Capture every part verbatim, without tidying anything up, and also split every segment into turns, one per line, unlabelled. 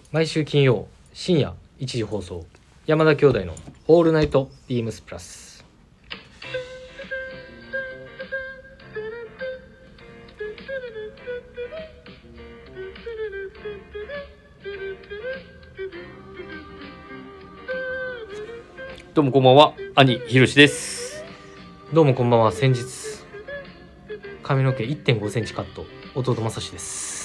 毎週金曜深夜いちじ放送、山田兄弟のオールナイトビームスプラス。
どうもこんばんは、兄ひろしです。
どうもこんばんは。先日髪の毛 いってんごセンチカット、弟まさしです。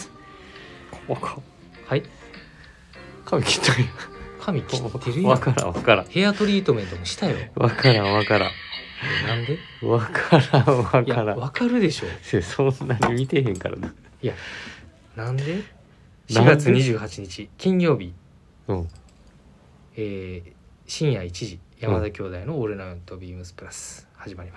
細か
はい
髪切ったんや。
髪切ってるやん。
わからんわからん
ヘアトリートメントもしたよ。
わからんわからん
なんで
わからんわ
いや
からん。
わかるでしょ。
そんなに見てへんからな。
いやなんでし
なんで
がつにじゅうはちにち金曜日、
うん
えー、深夜いちじ山田兄弟のオールナイトビームスプラス始まります。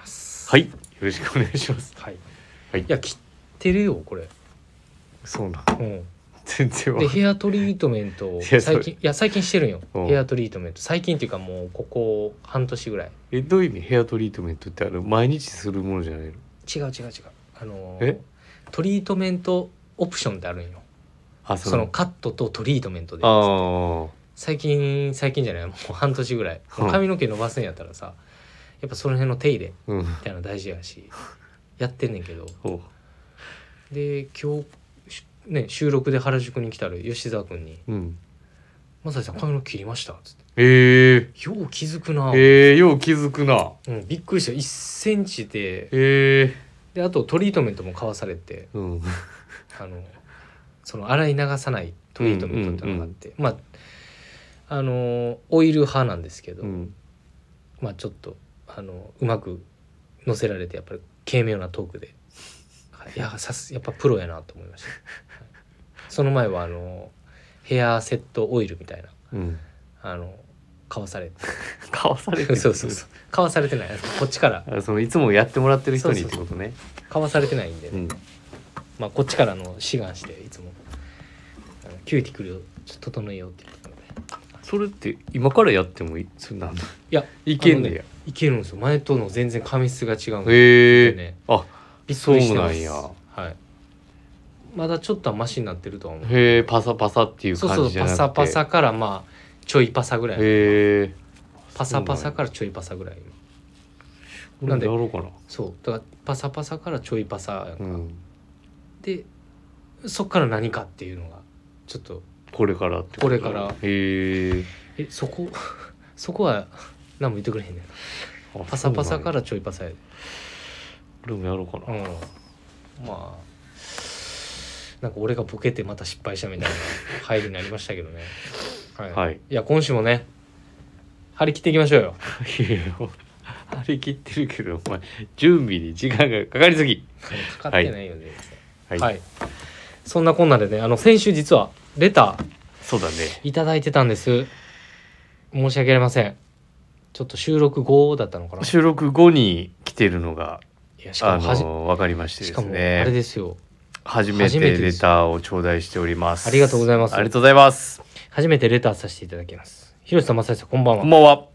はい、よろしくお願いします。
はい、
はい、
いや切ってるよこれ。
そうなん、
うん
全然わかんない。
でヘアトリートメントを
いや
最近いや最近してるんよ。
うん
ヘアトリートメント最近っていうかもうここ半年ぐらい。
え、どういう意味？ヘアトリートメントってあの毎日するものじゃないの？
違う違う違うあの
え
トリートメントオプションってあるんよ。
あ、そ
そのカットとトリートメントで
あ
最近最近じゃないもう半年ぐらいもう髪の毛伸ばすんやったらさやっぱその辺の手入れ
あ、うん、
みたいなの大事やしやってんねんけど、
お
で今日ね収録で原宿に来たる吉沢君に
うん、
「まさしさん髪の毛切りました」っつって
え
「よう気づくな」
ー、えー、よう気づくな。
うん、びっくりした。いっセンチで
え
であとトリートメントも買わされて
ー、うん、
あのその洗い流さないトリートメントってのがあって、まああのオイル派なんですけど、
うん、
まあちょっとあのうまく乗せられてやっぱり軽妙なトークで、はい、いやさすやっぱプロやなと思いました、はい、その前はあのヘアセットオイルみたいな
うん、
あの買わされて
買わされてる
そうそうそう買わされてないこっちから
あ、そのいつもやってもらってる人にってことね。
買わされてないんで、ね、
うん、
まあこっちからの志願していつもあのキューティクルをちょっと整えようっていうことで、
それって今からやってもいい？それなんだ。
いや
いけんねや。
ねいけるんですよ。前との全然髪質が違うん
へえ
でね、
あ、
びっくりしてます。
そうなんや。
はい。まだちょっとはマシになってるとは思う。
へえ、パサパサっていう
そうそう
感じじゃなくて。
パサパサからまあちょいパサぐらい。
へえ。
パサパサからちょいパサぐらい。なんで
やろうかな。
そうだからパサパサからちょいパサやんか、
うん、
でそっから何かっていうのがちょっと
これからってこと。
これから
へえ。
えそこそこは何も言ってくれへんねん。パサパサからちょいパサやで。
俺もやろうかな。
うん、まあなんか俺がボケてまた失敗したみたいな入りになりましたけどね。はい。
はい、
いや今週もね張り切っていきましょうよ。
いや張り切ってるけどお前準備に時間がかかりすぎ。
かかってないよね。
はい、
はい、そんなこんなでねあの先週実はレター
そうだね
いただいてたんです。申し訳ありません。ちょっと収録後だったのかな。
収録後に来てるのが
いやしか
あ
もはじ
の分かりましてですね。
しかもあれですよ。
初めてレターを頂戴しております。
ありがとうございます。
ありがとうございます。
初めてレターさせていただきます。広瀬さん、正さん、こんばんは。
こんばんは。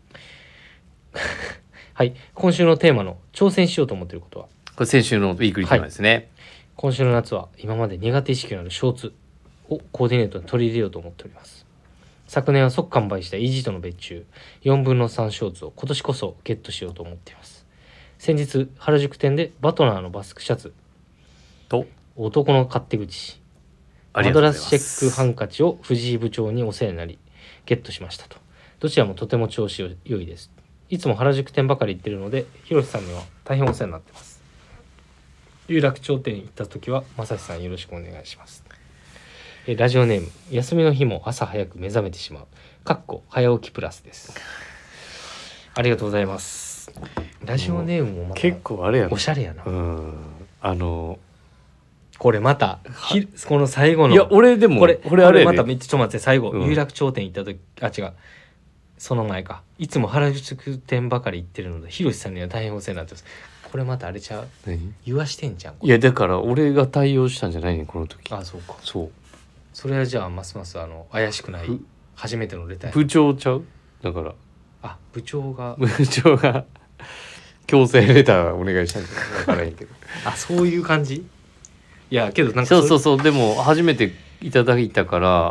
はい、今週のテーマの挑戦しようと思っていることは、
これ先週のウィークリーテーマですね。
はい、今週の夏は今まで苦手意識のあるショーツをコーディネートに取り入れようと思っております。昨年は即完売したイージーとの別注よんぶんのさんショーツを今年こそゲットしようと思っています。先日原宿店でバトナーのバスクシャツ
と
男の勝手口マドラスチェックハンカチを藤井部長にお世話になりゲットしましたと。どちらもとても調子良いです。いつも原宿店ばかり行ってるので広瀬さんには大変お世話になってます。有楽町店に行った時は正志さんよろしくお願いします。えラジオネーム休みの日も朝早く目覚めてしまうかっこ早起きプラスです。ありがとうございます。ラジオネームもまた
結構あれやな、
おしゃれやな。
うんあの
これまたひこの最後の
いや俺でも
これ
これあれやで
まためっちゃちょっと待って最後、
うん
有楽町店行った時あ違うその前かいつも原宿店ばかり行ってるので広瀬さんには大変お世話になってます。これまたあれちゃう
何
言わしてんじゃん。
いやだから俺が対応したんじゃないねんこの時。
あそうか。
そう
それはじゃあますますあの怪しくない
ぶ
初めてのレター。
部長ちゃうだから
あ部長が
部長が強制レターお願いしたんじゃない分からへんけど
あそういう感じ。いやけどなんか
そうそうそうでも初めていただいたから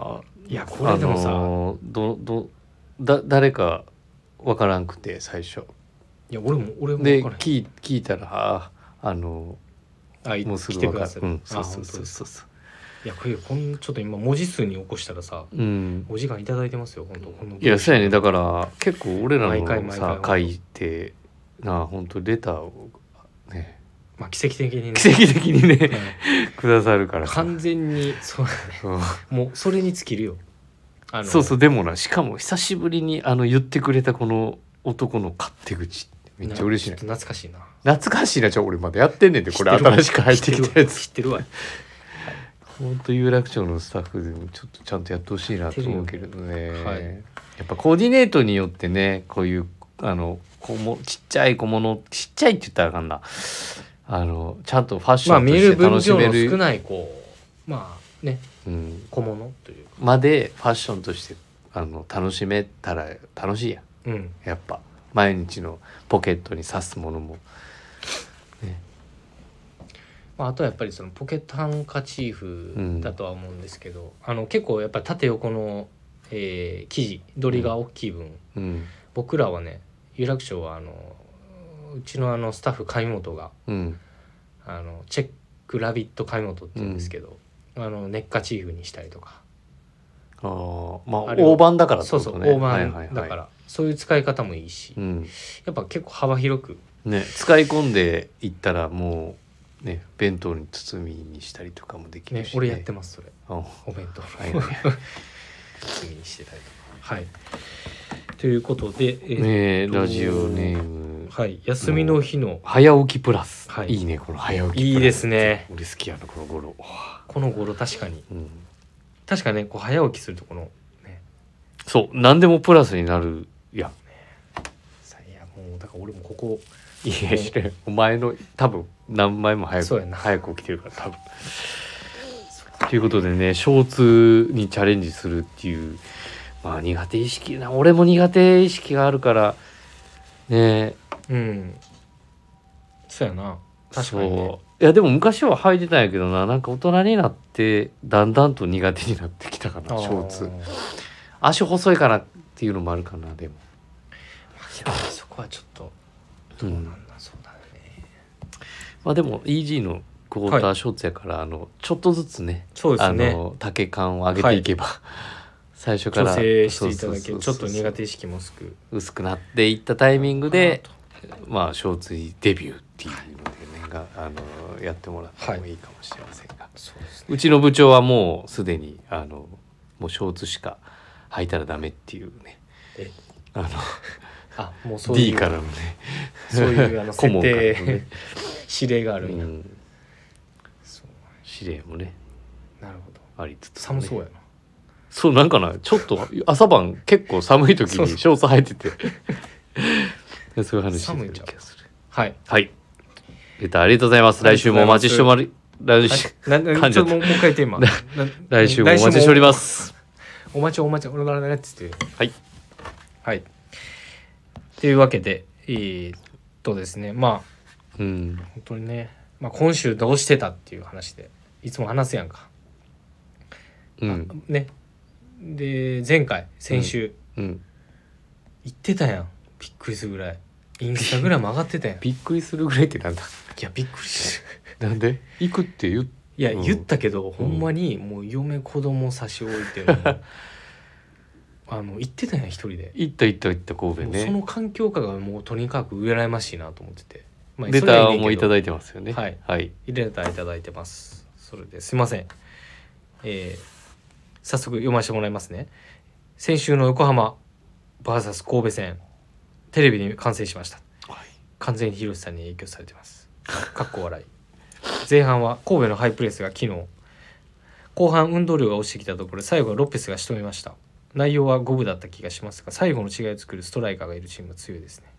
いやこれでもさ、
あのー、どどだ誰かわからんくて最初
いや俺も俺も
で
分からへん
聞い聞いたらああの
あい
もうす
来
ぐわかる。
てくださる、
うん、そう
あ
そうそう
本当ですか。
そうそう。
いやこれこんちょっと今文字数に起こしたらさ
うん。
お時間いただいてますよ本当この
いやそうやねだから結構俺ら
毎回
の
毎回
さ書いてなあ本当レターをね
まあ奇跡的にね、
奇跡的にね
うん
くださるからさ。
完全にそうだね
うん
もうそれに尽きるよあの
そうそうでもなしかも久しぶりにあの言ってくれたこの男の勝手口ってめっちゃ嬉しいね。
ちょっと懐かしいな
懐かしいなちょ俺まだやってんねんでこれ新しく入ってきたやつ。
知ってるわ
本当有楽町のスタッフでもちょっとちゃんとやってほしいなと思うけれどね、
はい
やっぱコーディネートによってねこういうあの小もちっちゃい小物ちっちゃいって言ったらあかんなあのちゃんとファッシ
まあ見える
ョンとして
分量の
楽しめる、
少ないこうまあね
うん、
小物というか
までファッションとしてあの楽しめたら楽しいやん
うん
やっぱ毎日のポケットに刺すものも、ね、
まあ、あとはやっぱりそのポケットハンカチーフだとは思うんですけど、あの結構やっぱり縦横の、えー生地どりが大きい分、
うん
僕らはね有楽町はあのうちのあのスタッフ上本が
うん
あのチェックラビット上本って言うんですけど、あのネッカチーフにしたりとか
あーまあ
あれを
大判だからって
そうそう
ことね
大判
はいはいはい
だからそういう使い方もいいし、
うん
やっぱ結構幅広く
ね、使い込んでいったらもうね弁当に包みにしたりとかもできるし、ね
ね俺やってますそれ
うんは
お弁当
いはい
包みにしてたりとかはいということで、えー
ねえ
と
ラジオネーム
はい休みの日の
早起きプラス、
はい
いいねこの早起きプラス
いいですね
俺好きやなこの頃、
この頃確かに
うん、
確かねこう早起きするとこのね
そう何でもプラスになるやん
さいやもうだから俺もここ
いや知らんお前の多分何枚も早く
そうやな
早く起きてるから多分ということでねショーツにチャレンジするっていうまあ苦手意識な俺も苦手意識があるからね
うんそうやな確かにね
そういやでも昔は履いてたんやけどななんか大人になってだんだんと苦手になってきたかなショーツ足細いからっていうのもあるかなでも
いやそこはちょっとどうなんだ、そうだね
まあでも イージー のクォーターショーツやから、あのちょっとずつね
そうですね
あの丈感を上げていけば、最初から
調整していただけ
そうそうそうそう
るちょっと苦手意識も薄く
薄くなっていったタイミングでまあショーツデビューっていうのでねがあのやってもらってもいいかもしれませんが、
そうですね
うちの部長はもうすでにあのもうショーツしか履いたらダメっていうね
え
あの
あもうそういう
D からのね
そういうあの
顧問
設定、
からのね
指令があるや、
うんん、
そう
指令もね
なるほど
ありつつ、ね、
寒そうやな
そうなんかなちょっと朝晩結構寒い時にショーツ履いててそういう話してる気がする
はい
はいレターありがとうございます。来週もお待ちしており来週
なな
噛んじゃった
ちょっともうもう一回テーマな
来週もお待ちしております。
お待ちお待ちおられっつって
はい
はいというわけでえー、っとですねまあ
うん
本当にね、まあ、今週どうしてたっていう話でいつも話すやんか、
うん
ねで前回先週、
うん
言ってたやんびっくりするぐらいインスタグラム上がってたやんい
びっくりするぐらいってなんだ
やびっくりして
なんで行くって言っ
いや、
うん
言ったけどほんまにもう嫁子供差し置いてもうあの言ってたやん一人で、
行った行った行った神戸
もうそ
ね
の環境下がもうとにかく羨ましいなと思ってて、まあ
レターもいただ
い
いてますよね
はい
はい
レターいただいてますそれですいません、えー、早速読ませてもらいますね。先週の横浜 ブイエス 神戸戦テレビに観戦しました。完全に広瀬さんに影響されてますかっこ笑い。前半は神戸のハイプレスが機能、後半運動量が落ちてきたところ最後はロペスが仕留めました。内容は五分だった気がしますが最後の違いを作るストライカーがいるチームは強いですね。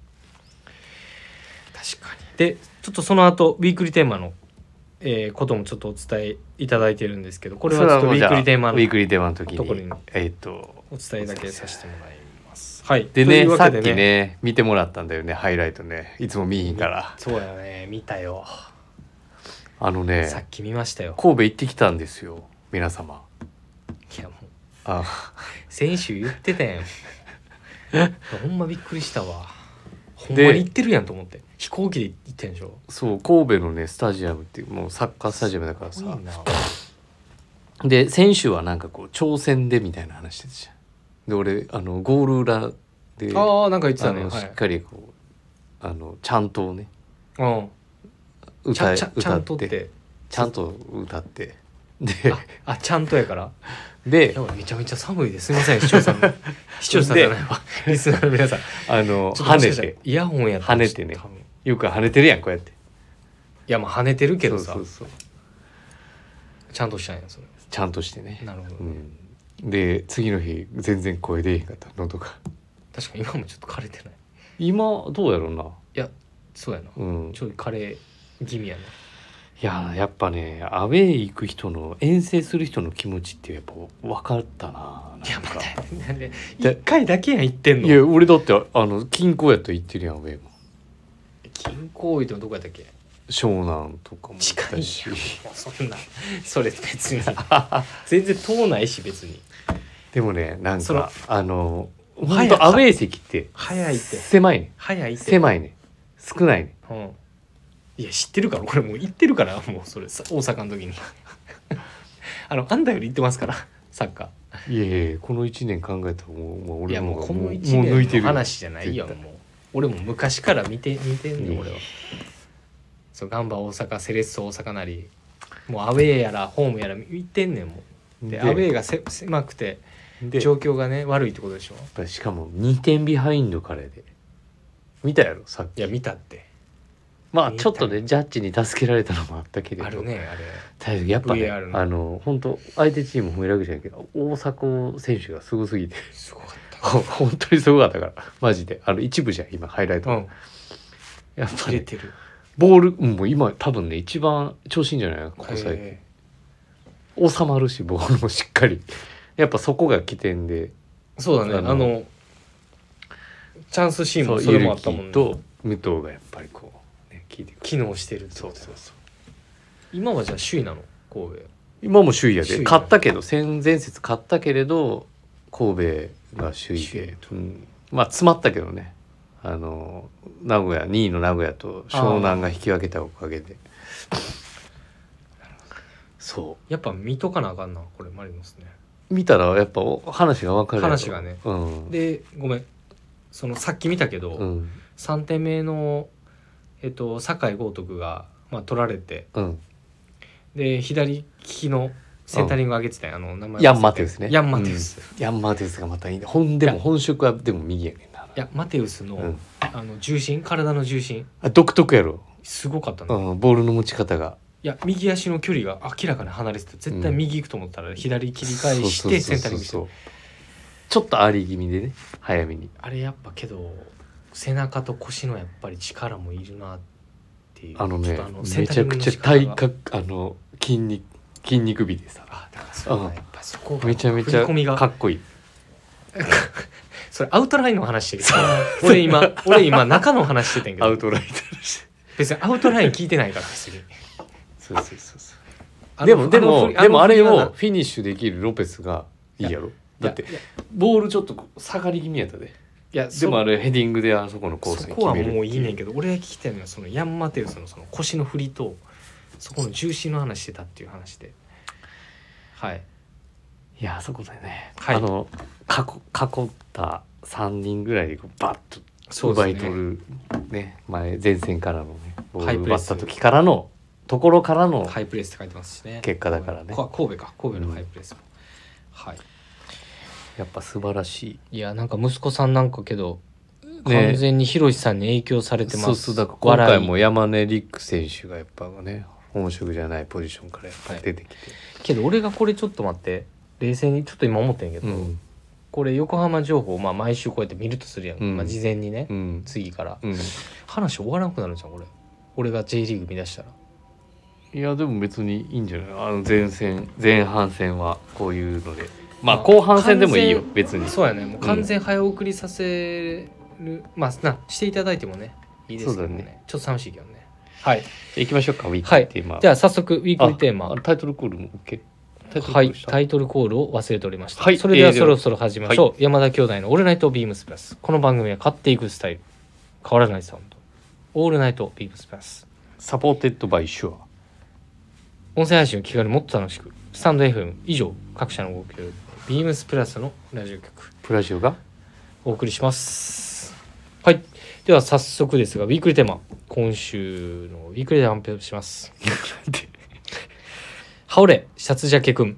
確かに。でちょっとその後ウィークリーテーマの、えー、こともちょっとお伝えいただいてるんですけど、これはちょっとウィークリーテーマの
ウィークリーテーマの時に
ところに
えーっと
お伝えだけさせてもらいます。はい。
でね
という
さっき
わけで
ね見てもらったんだよねハイライトねいつも見えへんから
そうやね見たよ。
あのね
さっき見ましたよ。
神戸行ってきたんですよ皆様
いやも
あ
先週言ってたやんほんまびっくりしたわ。ほんまに行ってるやんと思って。飛行機で行ってんでしょ。
そう神戸のねスタジアムっていうもうサッカースタジアムだからさ。
いいな。
で先週はなんかこう挑戦でみたいな話してたじゃん。で俺あのゴール裏で
ああなんか言ってたね。
あのしっかりこう、はい、あのちゃんとね、
うん、
歌
ちゃちゃんとって
ちゃんと歌ってで
あ, あちゃんとやから
で
めちゃめちゃ寒いですみません視聴者の視聴者じゃないわリスナーの皆さん
あの跳ねて
イヤホンやった
跳ねてねよく跳ねてるやんこうやって。
いやまあ跳ねてるけどさ、
そうそうそう
ちゃんとしたんやそれ。
ちゃんとしてね。
なるほど、ね
うん、で次の日全然声出えへんかった喉が。
確かに今もちょっと枯れてない。
今どうやろうな。
いやそうやな、
うん、
ちょい枯れ気味やね。
いややっぱねアウェー行く人の遠征する人の気持ちってやっぱ分かったな。なんか
いやまたなんで一回だけやん行ってんの。
いや俺だってあの近郊やったら行ってるやんアウェーも。
近郊言うてもどこやったっけ。
湘南とかも
近いしそんなそれ別に全然遠ないし別に。
でもねなん
その
かあの本当アウェー席って
早いって
狭いね。
早いって
狭いね少ないね。
うんいや知ってるからこれもう行ってるからもうそれ大阪の時にあのあんたより行ってますからサッカ
ー。いやいやこのいちねん考えたらもう、もう俺
いやもうこのいち
もう抜い
ねんの
てる
話じゃないよもう俺も昔から見て見てんねん俺は。そうガンバ大阪セレッソ大阪なりもうアウェーやらホームやら見てんねんもん。で
で
アウェーがせ狭くて
で
状況がね悪いってことでしょ。
しかもにてんビハインドからで見たやろさっき。
いや見たって
まあちょっとねジャッジに助けられたのもあったけれど
あるねあれ。
大変やっぱね
ブイエーアール の
あの本当相手チーム褒めるわけじゃないけど大迫選手がすごすぎて
すごかった
本当にすごかったからマジであの一部じゃん今ハイライト、
うん
やっぱり、ね、
切れてる
ボールもう今多分ね一番調子いいんじゃないのここ最近収まるしボールもしっかりやっぱそこが起点で。
そうだねあの
あの
チャンスシーンもそれもあったもんね。
と武藤がやっぱりこう、ね、聞いてくる
機能してるってこと。そうそうそう今はじゃあ首位なの神戸。
今も首位やで
首位
勝ったけど前々節勝ったけれど神戸が首位で、うん、まあ詰まったけどねあの名古屋にいの名古屋と湘南が引き分けたおかげで。そう
やっぱ見とかなあかんなこれマリノスね。
見たらやっぱ話が分かるやろ
話がね、
うん、
でごめんそのさっき見たけど、
うん、
さんてんめのえっと酒井豪徳が、まあ、取られて、
うん、
で左利きのセンタリング上げてたよ、うん、あの名前
ヤン・マテウスね。
ヤン・マテウス、
うん、ヤン・マテウスがまたいいね。ほんでも本職はでも右やねんな。
いやマテウスの、うん、あの重心体の重心
あ独特やろ。
すごかったね、
うん、ボールの持ち方が。
いや右足の距離が明らかに離れてて絶対右行くと思ったら左切り返してセンタリングして、
ちょっとあり気味でね早めに。
あれやっぱけど背中と腰のやっぱり力もいるなっていう。
あのね
あの
めちゃくちゃ体格あの筋肉筋肉美でさ
あだからそうだやっぱそこが
めちゃめちゃかっこいい
それアウトラインの話してる俺今俺今中の話してたんやけど
アウトラインの話
別にアウトライン聞いてないから別に
そうそうそうそうでもでも
あ
でもあれをフィニッシュできるロペスがいいやろ。だってボールちょっと下がり気味やったで。いやでもあれヘディングであそこのコースに決める。
そこはもういいねんけど俺が聞きたいのはそのヤン・マテウスのその腰の振りとそこの重心の話してたっていう話で。はい
いやあそこだよね、
はい、
あの囲囲ったさんにんぐらいでバッと奪い取る ね, ね前前線からのねボール奪った時からのところからの
ハイプレスって書いてますしね
結果だからね。
神戸か神戸のハイプレスも、うん、はい
やっぱ素晴らしい。
いやなんか息子さんなんかけど、ね、完全にひろしさんに影響されてます。
そうそうだから今回も山根陸選手がやっぱね本職じゃないポジションからやっぱ出てきて、はい、
けど俺がこれちょっと待って冷静にちょっと今思ってんけど、うん、これ横浜情報、まあ、毎週こうやって見るとするやん、うんまあ、事前にね、うん、次から、うん、話終わらなくなるじゃん俺俺が J リーグ見出したら。
いやでも別にいいんじゃない。あの前線前半戦はこういうのでまあ後半戦でもいいよ別に。
そうやねもう完全早送りさせる、うん、まあなしていただいてもねいいですけど ね, ねちょっと寂しいけどね。はいじゃ
行きましょうかウィークリーテーマ、
はい、じゃあ早速ウィークリーテーマ
タイトルコールも OK。 タイトルコ
はい
ールした
タイトルコールを忘れておりました、
はい
それでは
えー
そろそろ始めましょう、山田兄弟のオールナイトビームスプラス。この番組は買っていくスタイル、変わらないサウンド、オールナイトビームスプラス。
サポーテッドバイシュア。
音声配信を気軽にもっと楽しく、スタンド エフエム 以上各社のご協力でビームスプラスのラジオ局
プラジオが
お送りします。はい、では早速ですがウィークリーテーマ、今週のウィークリーで発表します。羽織れシャツジャケくん。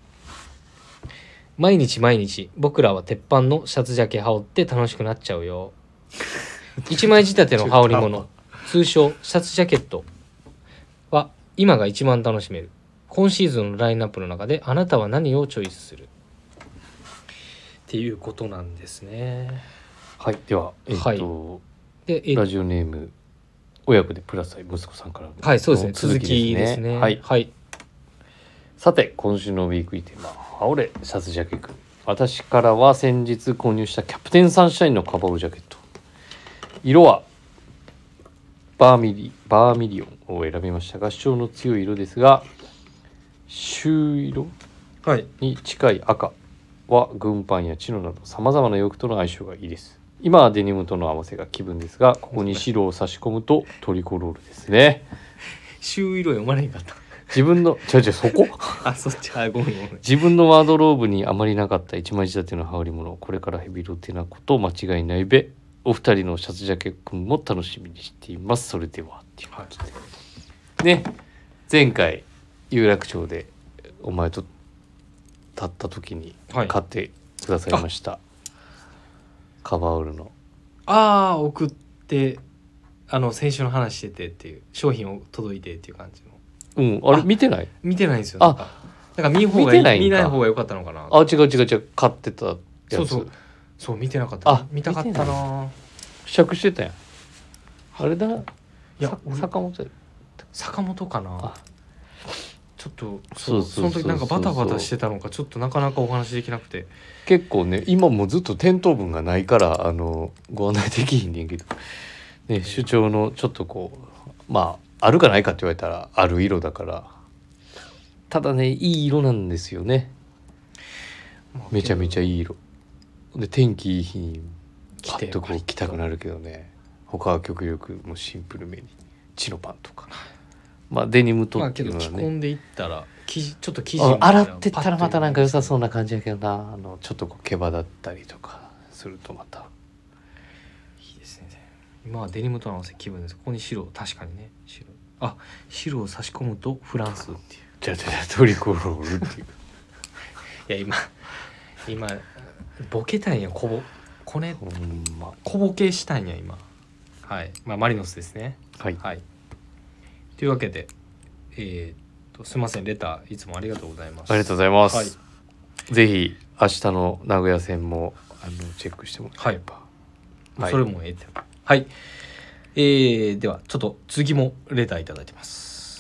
毎日毎日僕らは鉄板のシャツジャケ羽織って楽しくなっちゃうよ。一枚仕立ての羽織物通称シャツジャケットは今が一番楽しめる。今シーズンのラインナップの中であなたは何をチョイスするっていうことなんですね。
はい、ではえっ、と、
はいでえ
ラジオネーム親子でプラス愛息子さんからの
はいそうですね、続
続
き
き
ですね。
はい、
はい、
さて今週のウィークリーテーマ、羽織れシャツジャケくん。私からは先日購入したキャプテンサンシャインのカバージャケット、色はバーミリバーミリオンを選びましたが、主張の強い色ですが朱色
はい
に近い赤は軍パンやチノなどさまざまな洋服との相性がいいです。今はデニムとの合わせが気分ですが、ここに白を差し込むとトリコロールですね。
朱色読まれへんかった。
自分のちょいちょいそこ
あそっち、あごめんごめん。
自分のワードローブにあまりなかった一枚仕立ての羽織物、これからヘビロテなこと間違いないべ。お二人のシャツジャケくんも楽しみにしています。それではっていう感じで、ね、前回有楽町でお前と立った時に
はい
買ってくださいました、カバーウルの
ああ送ってあの先週の話しててっていう商品を届いてっていう感じの。
うんあれ
あ
見てない？
見てないんですよ。
あ
なんかだから見ん方がいい
見てないんか
見ない方が良かったのかな。
あ違う違う違う買ってたやつ。
そうそうそう見てなかった。
あ
見たかったな。
試着してたやん。あれだい
や
さ
俺
坂本や
坂本かな
あ。
ちょっと
そ
そうう
そうそうそう
その時なんかバタバタしてたのかちょっとなかなかお話できなくて。
結構ね今もうずっと店頭分がないからあのご案内できひんねんけど、ね、主張のちょっとこうまああるかないかって言われたらある色だから、ただねいい色なんですよね。めちゃめちゃいい色で、天気いい日にパッとこう着たくなるけどね、他は極力もうシンプルめにチノパンとか、まあデニムと
まあ
っていうのはね、
けど着込んでいったら生地ちょっと生地みたいな
洗ってったらまたなんか良さそうな感じやけどな、あのちょっとこう毛羽だったりとかするとまた
いいですね。今はデニムとの合わせ気分です。ここに白、確かにね白、あ白を差し込むとフランスっていう。
じゃあじゃあトリコロールっていう
いや今今ボケたんや、こぼこね
ほんま
小ボケしたんや今。はいまあマリノスですね。
はい、
はいというわけでえー、っとすいません、レターいつもありがとうございます。
ありがとうございます、
はい
ぜひ明日の名古屋戦もあのチェックしてもらえれば、はい
それもええってはいえー、ではちょっと次もレターいただいてます。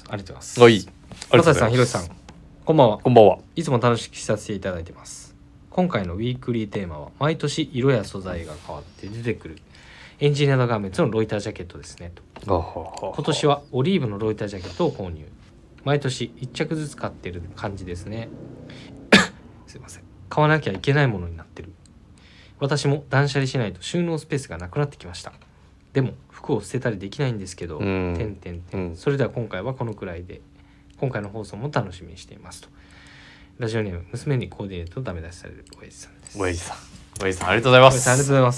ありがとうございます。
はい、ありがとうご
笠井さん、ひろしさん、こんばんは。
こんばんは。
いつも楽しくさせていただいてます。今回のウィークリーテーマは毎年色や素材が変わって出てくるエンジニアードガーメンツのロイタージャケットですねと。
あはは
今年はオリーブのロイタージャケットを購入。毎年いっ着ずつ買ってる感じですねすいません、買わなきゃいけないものになってる。私も断捨離しないと収納スペースがなくなってきました。でも服を捨てたりできないんですけど、
うん
てんてんてん
うん
それでは今回はこのくらいで、今回の放送も楽しみにしていますと。ラジオネーム、娘にコーディネートとダメ出しされる親父さんです。
親父さん親父さんありがとうございま
親父さんありがとう
す。
ございます。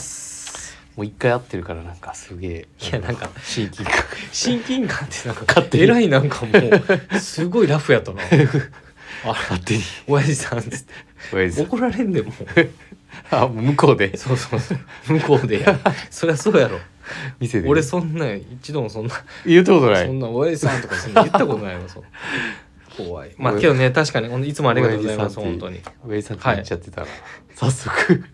もう一回会ってるからなんかすげえ
いやなんか
親近感
親近感ってなんか
勝手に
えらいなんかもうすごいラフやったなあ
勝手に
親父さんっつって
親父さん
怒られんでも
あ向こうで
そうそうそう向こうでやそりゃそうやろ。
店で
俺そんな一度もそんな
言ったことない
そんな親父さんとかそんな言ったことないの。そう怖い。まあけどね確かにほんといつもありがとうございます本当に。
親父さんって言っちゃってたら、早速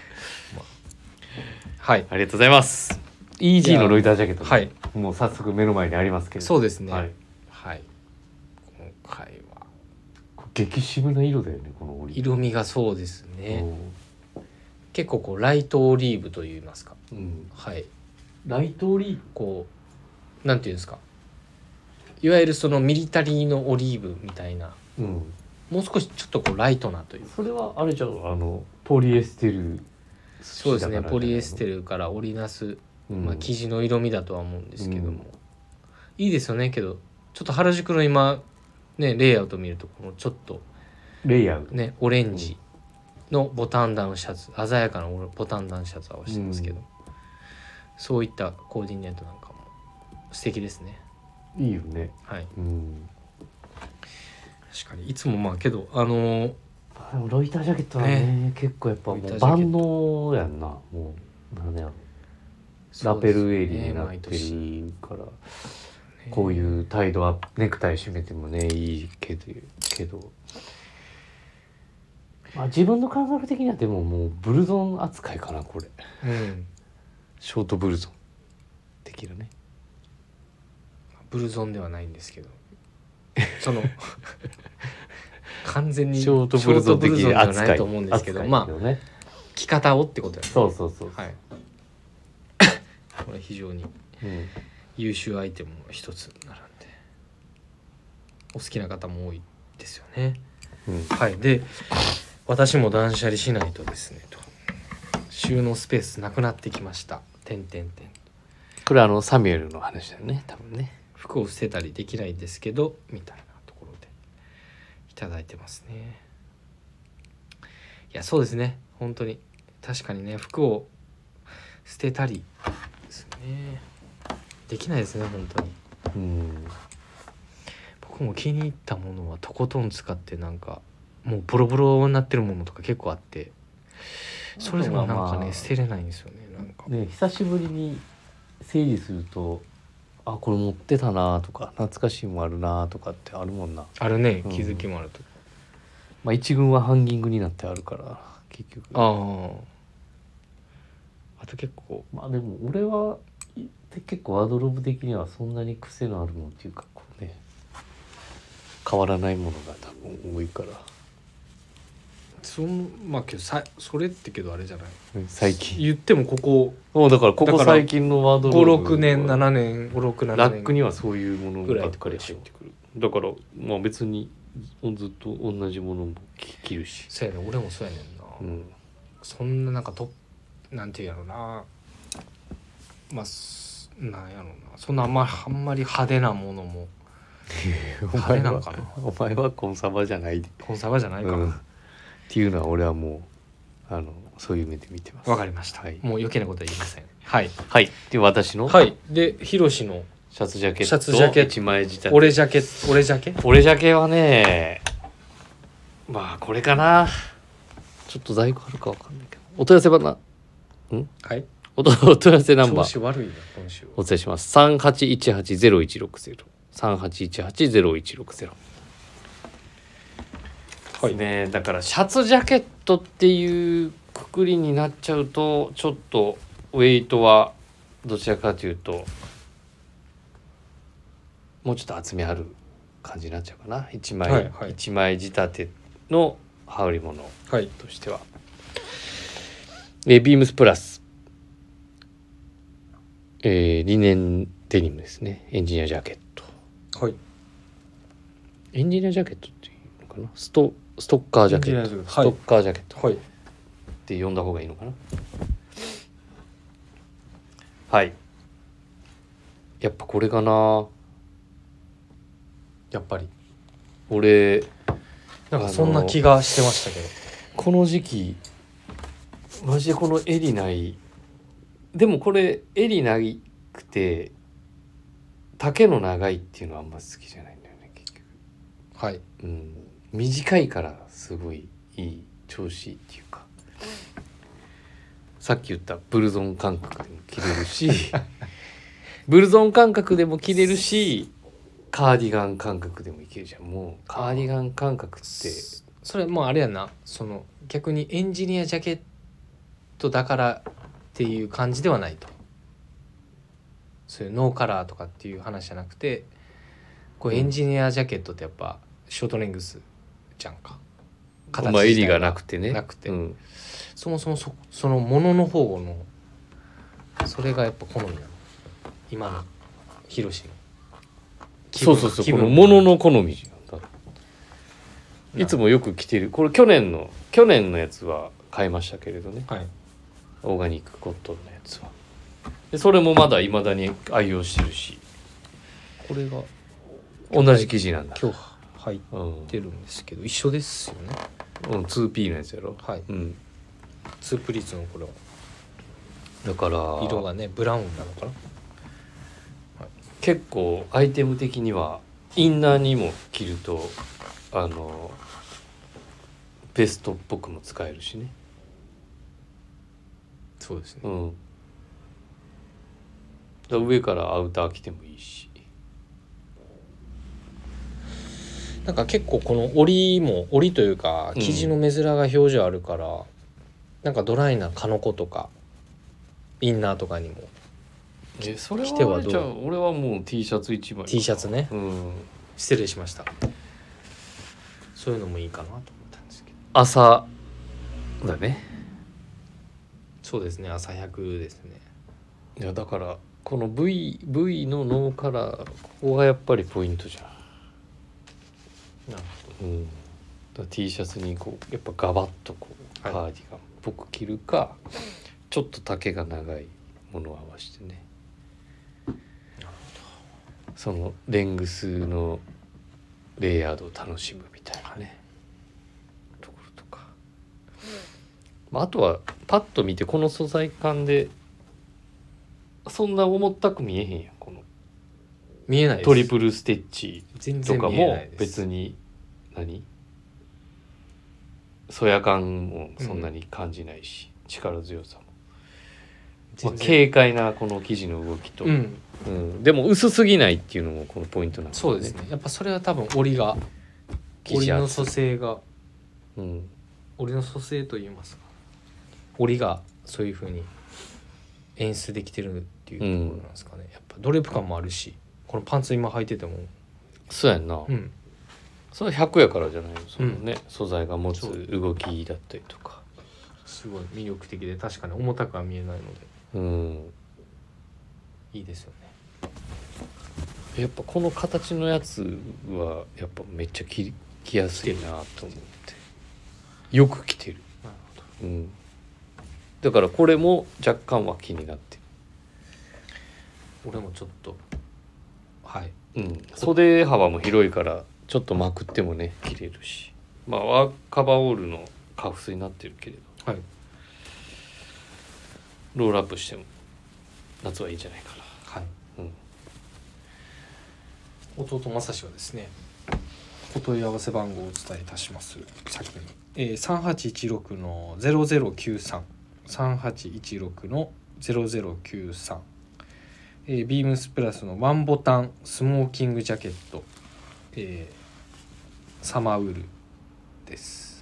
はい
ありがとうございます。 イージー のロイタージャケット、ね、
はい
もう早速目の前にありますけど、
そうですね
はい、
はい今回は
これ激渋な色だよねこのオリーブ。
色味がそうですね。結構こうライトオリーブといいますか、
うん、
はい
ライトオリーブ
こうなんていうんですか、いわゆるそのミリタリーのオリーブみたいな
うん
もう少しちょっとこうライトなという
それはあれじゃんあのポリエステル
そうですねポリエステルから織りなす、まあ、生地の色味だとは思うんですけども、うん、いいですよねけどちょっと原宿の今ねレイアウト見るとこのちょっと
レイアウト
ねオレンジのボタンダウンシャツ鮮やかなボタンダウンシャツを合わせてますけど、うん、そういったコーディネートなんかも素敵ですね。
いいよね。
はい、
うん、
確かにいつもまあけどあのー、
でもロイタージャケットはね、ね結構やっぱもう万能やんなもうなんやろラペル襟になってるから、ね、こういうタイドアップネクタイ締めてもねいいけどけど、まあ、自分の感覚的にはでももうブルゾン扱いかなこれ、
うん、
ショートブルゾン的なね
ブルゾンではないんですけどその完全に
ショートブルゾン的
ではないと思うんですけど、
ね、
まあ着方をってことだよね。
そうそうそう、
はい、これ非常に優秀アイテムの一つ並んでお好きな方も多いですよね、うん、はいで私も断捨離しないとですねと収納スペースなくなってきました点点点
これあのサミュエルの話だよね多分ね
服を捨てたりできないですけどみたいなところでいただいてますね。いやそうですね本当に確かにね服を捨てたりですねできないですね本当に。
うん
僕も気に入ったものはとことん使ってなんかもうボロボロになってるものとか結構あってそれでもなんかね、まあ、捨てれないんですよねなんか
ね久しぶりに整理するとあこれ持ってたなとか懐かしいもあるなとかってあるもんな。
あるね気づきもあると、うん、
まあ一軍はハンギングになってあるから結局
あああと結構
まあでも俺は結構ワードローブ的にはそんなに癖のあるものっていうかこうね変わらないものが多分多いから
そのまあけどさそれってけどあれじゃない
最近
言ってもここ
もうだからここ最近のワードローブ
ごろくねんななねんごろくななねん
ラックにはそういうものばっかり入ってくるだからまあ別にずっと同じものも着るし
そうやね俺もそうやねんな、
うん、
そんななんかとなんていうやろうなまあなんやろうなそんなあんまあんまり派手なものも派手なんかな
お前はコンサバじゃない
コンサバじゃないかな、
うん、っていうのは俺はもうあのそういう目で見てます。
わかりました、はい、もう余計なことは言いません。はい
はいで私の
はいでヒロシの
シャツジャケット
シャツジャケット
いちまい仕立て
俺ジャケ俺ジャケ
俺ジャケはねまあこれかなちょっと在庫あるかわかんないけどお問い合わせばなん
はい
お問い合わせナンバー
調子悪いな今週
お伝えします。さんはちいちはちゼロいちろくゼロ さんはちいちはちゼロいちろくゼロはいねだからシャツジャケットっていうくくりになっちゃうとちょっとウェイトはどちらかというともうちょっと厚みある感じになっちゃうかな。一枚、はいはい、一枚仕立ての羽織物としては、はい、えビームスプラス、えー、リネンデニムですね。エンジニアジャケット、
はい、
エンジニアジャケットっていうのかなストストッカージャケット、はい、ストッカージャケット、はい、って呼んだ方がいいのかな。はいやっぱこれかな。
やっぱり
俺
なんかそんな気がしてましたけど
この時期マジでこの襟ないでもこれ襟なくて丈の長いっていうのはあんま好きじゃないんだよね結局。
はい、
うん、短いからすごいいい調子いいっていうかさっき言ったブルゾン感覚でも着れるしブルゾン感覚でも着れるしカーディガン感覚でもいけるじゃん。もうカーディガン感覚って
それもうあれやなその逆にエンジニアジャケットだからっていう感じではないとそういうノーカラーとかっていう話じゃなくてこうエンジニアジャケットってやっぱショートレングスじゃんか
形まあ襟がなくてね
なくて、
うん、
そもそも そ, そのものの方のそれがやっぱ好みなの今のヒロシの
そうそうそうこのものの好みだいつもよく着てるこれ去年の去年のやつは買いましたけれどね、
はい、
オーガニックコットンのやつはでそれもまだ未だに愛用してるし、
これが
同じ生地なんだ
今日入ってるんですけど、うん、一緒ですよね。
うん ツーピー のやつやろ。
はい、
うん、
ツープリーツのこれは
だから
色がねブラウンなのかな、はい、
結構アイテム的にはインナーにも着るとあのベストっぽくも使えるしね。
そうですね、
うん、だ上からアウター着てもいいし、
なんか結構この織りも織りというか生地の目面が表情あるから、うん、なんかドライなカノコとかインナーとかにも
えそれは着てはどう？じゃあ俺はもう T シャツ一枚
T シャツね、
うん、
失礼しました。そういうのもいいかなと思ったんですけど。
朝だね。
そうですね、朝ひゃくですね。
いやだからこの V, V のノーカラーここがやっぱりポイントじゃん。
なる
ほど、うん、だ T シャツにこうやっぱガバッとこうカーディガンっぽく着るか、はい、ちょっと丈が長いものを合わせてね。なるほど。そのレングスのレイヤードを楽しむみたいなねところとか、まあ、あとはパッと見てこの素材感でそんな重たく見えへんやん。この
見えないです。
トリプルステッチとかも
別
別に何そや感もそんなに感じないし、うん、力強さも、まあ、軽快なこの生地の動きと、うんうん、でも薄すぎないっていうのもこのポイントなんですね。
そうですね、やっぱそれは多分織りが織りの組成が、うん、織りの組成といいますか織りがそういう風に演出できてるっていうところなんですかね、うん、やっぱドレープ感もあるし、このパンツ今履いてても
そうやんな、うん、それはひゃくやからじゃないのそのね、うん、素材が持つ動きだったりとか
すごい魅力的で確かに重たくは見えないので、うん、いいですよね。
やっぱこの形のやつはやっぱめっちゃ着着やすいなと思ってよく着てる。なるほど、うん、だからこれも若干は気になってる。
俺もちょっとはい、
うん、袖幅も広いからちょっとまくってもね着れるし、まあカバーオールのカフスになってるけれど、はい、ロールアップしても夏はいいんじゃないかな。はい、
うん、弟正志はですね、お問い合わせ番号をお伝えいたします。先に、えー、さんはちいちろくのゼロゼロきゅうさん さんはちいちろくのゼロゼロきゅうさん、えー、ビームスプラスのワンボタンスモーキングジャケット、えー、サマーウールです。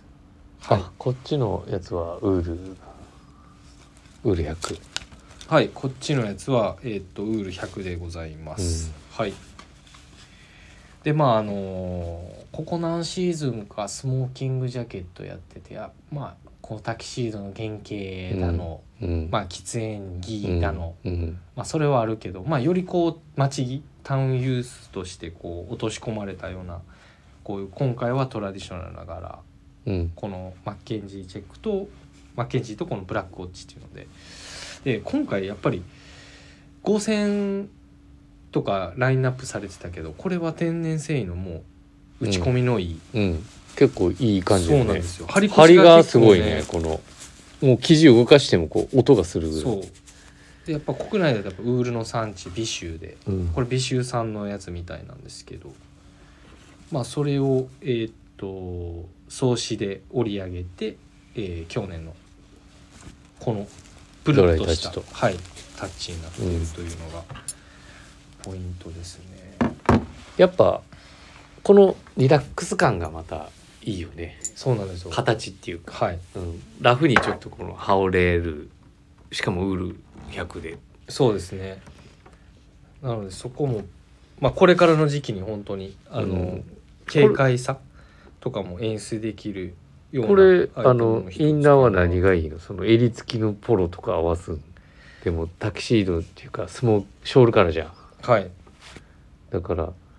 はい、あこっちのやつはウールウールひゃく。
はい、こっちのやつは、えー、っとウールひゃくでございます、うん、はい。でまああのー、ここ何シーズンかスモーキングジャケットやってて、あまあこうタキシードの原型だの、うん、まあ喫煙着だの、うんうん、まあそれはあるけど、まあよりこう街着タウンユースとしてこう落とし込まれたようなこういう今回はトラディショナルながら、うん、このマッケンジーチェックとマッケンジーとこのブラックウォッチっていうので、で今回やっぱり合成とかラインナップされてたけど、これは天然繊維のもう打ち込みのいい、
うんうん、結構いい感じで、ね、
そうなんですよ。
張り張りがすごいね。このもう生地を動かしてもこう音がするぐらい。
そうでやっぱ国内だとやっぱウールの産地美州で、うん、これ美州産のやつみたいなんですけど、まあそれをえー、っと総紙で織り上げて、えー、去年のこのプルッとしたタッチ、はい、タッチになっているというのがポイントですね、
うん、やっぱこのリラックス感がまたいいよね。
そうなんですよ。
形っていうか、
はい、
うん、ラフにちょっとこの羽織れる、しかもウールひゃくで。
そうですね。なのでそこも、まあ、これからの時期に本当にあの、うん、軽快さとかも演出できるような。
これあのインナーは何がいいの？その襟付きのポロとか合わす。でもタキシードっていうかスモーショールカラーじゃん。
はい。
だから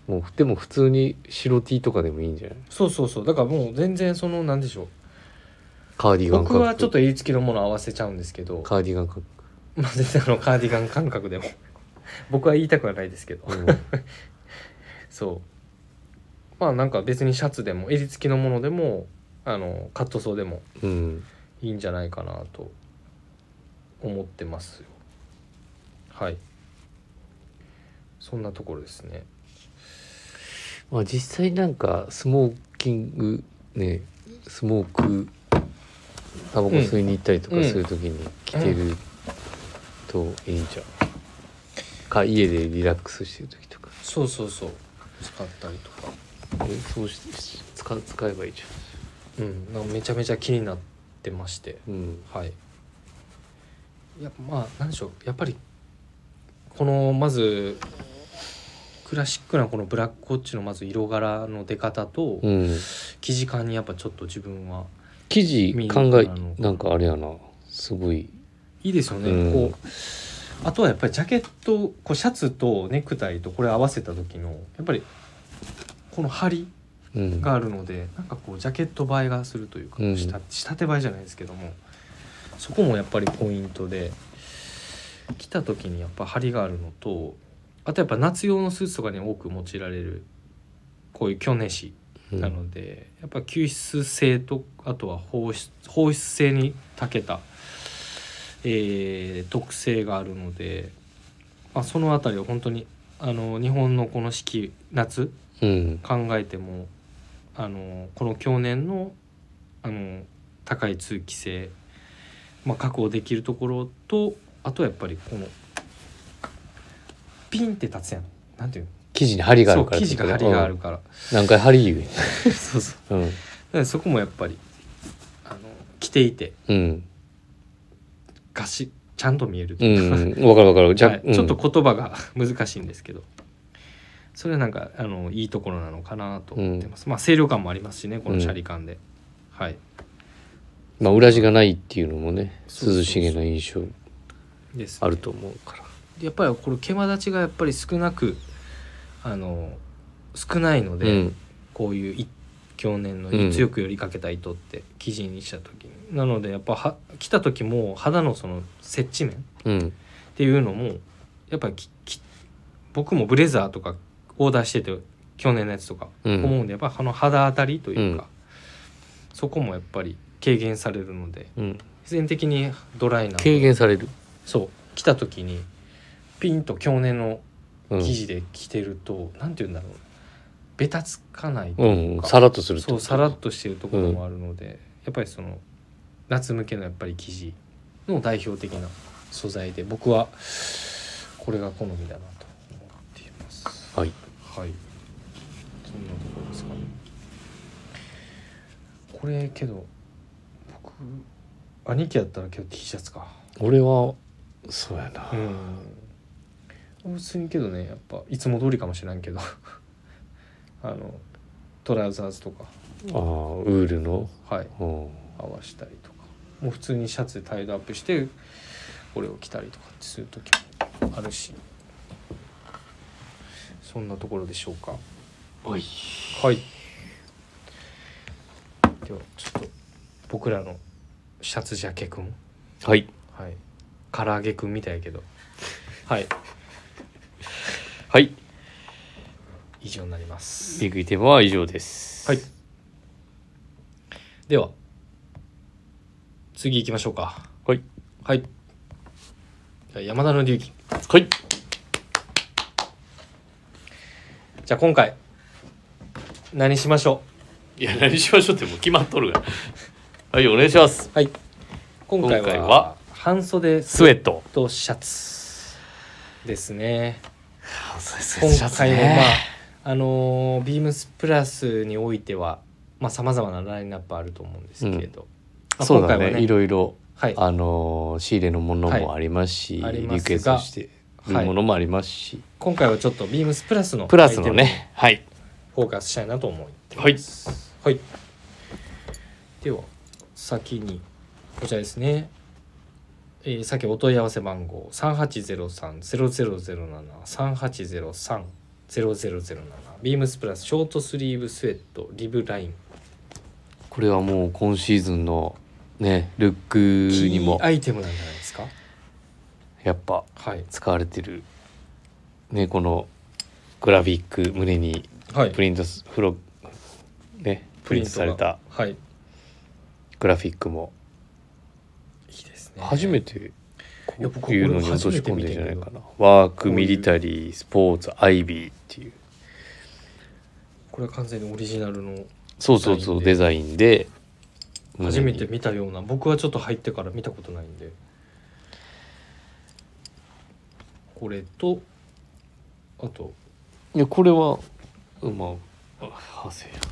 もうでも普通に白 T とかでもいいんじゃない？
そうそうそう、だからもう全然そのなんでしょう、
カーディガン
僕はちょっと襟付きのものを合わせちゃうんですけど、
カーディガン感覚、
まあ全然あのカーディガン感覚でも僕は言いたくはないですけど、
うん、
そうまあなんか別にシャツでも襟付きのものでもあのカットソーでも
うん
いいんじゃないかなと思ってますよ。はい、そんなところですね。
まあ実際なんかスモーキングね、スモークタバコ吸いに行ったりとかするときに着てるといいんじゃん、か家でリラックスしてる時とか、
そうそうそう、使ったりとか、
えそうして使使えばいいじ
うん、なんかめちゃめちゃ気になってまして、
ゃん、うん、
はい。いやまあ何でしょう、やっぱりこのまずクラシックなこのブラックウォッチのまず色柄の出方と、
うん、
生地感にやっぱちょっと自分は
生地感がなんかあれやな、すごい
いいですよね、
うん、
こうあとはやっぱりジャケット、こうシャツとネクタイとこれ合わせた時のやっぱりこの張りがあるので、うん、なんかこうジャケット映えがするというか、うん、仕立て映えじゃないですけども、そこもやっぱりポイントで、着た時にやっぱ張りがあるのと、あとやっぱ夏用のスーツとかに多く用いられるこういう強熱紙なので、うん、やっぱ吸湿性とあとは放湿、放湿性に長けた、えー、特性があるので、まあ、そのあたりは本当にあの日本のこの四季夏、うん、考えてもあのこの去年のあの高い通気性、まあ、確保できるところと、あとはやっぱりこのピンって立つやん、なんていうの、
生地に張りがあるから、
そう生地が張りがあるから、うん、
何回張り言う
そうそう、
うん、
でそこもやっぱりあの着ていて、
うん、
ガシッちゃんと見えるというか、
うん、分かる分かる、じゃ、
はい、うん、ちょっと言葉が難しいんですけど、それはなんかあのいいところなのかなと思ってます、うん、まあ清涼感もありますしね、このシャリ感で、うん、はい、
まあ裏地がないっていうのもね、涼しげな印象あると思うから、
やっぱりこれ毛羽立ちがやっぱり少なくあの少ないので、うん、こういう去年の強く寄りかけた糸って生地にした時に、うん、なのでやっぱは着た時も肌のその接地面っていうのもやっぱりきき僕もブレザーとかオーダーしてて去年のやつとか思うんで、やっぱりこの肌当たりというか、うん、そこもやっぱり軽減されるので、うん、必然的にドライな
軽減される、
そう着た時にピンと去年の生地で着てると、うん、なんていうんだろう、ベタつかないというか、
うん、さらっとするって
そうさらっとしてるところもあるので、うん、やっぱりその夏向けのやっぱり生地の代表的な素材で、僕はこれが好みだなと思っています。
はい
はい、そんなところですかね。これけど僕兄貴やったら今日 T シャツか、
俺はそうやな、
うん、普通にけどね、やっぱいつも通りかもしれんけどあのトラウザーズとか、
ああウールの、
はい、合わしたりとか、もう普通にシャツでタイドアップしてこれを着たりとかする時もあるし、そんなところでしょうか。
はい、
はい、ではちょっと僕らのシャツジャケくん、
はい、
はい、唐揚げくんみたいやけど、はい
はい
以上になります。
ビッグイテムは以上です。
はい。では次行きましょうか。
はい。
はい。山田の流儀。
はい。
じゃあ今回何しましょ
う。いや何しましょうってもう決まっとるが。はいお願いします。
はい。今回は、今回は半袖
スウェット
とシャツですね。
半袖スウェットシャツね。
今回もまあ。あのー、ビームスプラスにおいてはさまざ、まなラインナップあると思うんですけれど、うんまあ、
そうだね、今回はねいろいろ、
はい、
あのー、仕入れのものもありますし、はい、リクエストしてるものもありますし、はい、
今回はちょっとビームスプラスの
プラスのね、はい、
フォーカスしたいなと思ってます。はい、はい、では先にこちらですね、えー、さっきお問い合わせ番号 さんはちゼロさんゼロゼロゼロなな さんはちゼロさんゼロゼロゼロななビームスプラスショートスリーブスウェットリブライン。
これはもう今シーズンのねルックにも
キーアイテムなんじゃないですか。
やっぱ
はい
使われてる、ね、このグラフィック胸に
はい
プリントスフロねプリントされた
はい
グラフィックも
いいですね。
初めて
いや
こ
僕
ういうのに落とし込んでんじゃないかな。ワークミリタリースポーツアイビーっていう
これは完全にオリジナルの
そうそうそうデザインで
初めて見たような、僕はちょっと入ってから見たことないんで、これとあと
いやこれはうまあはせや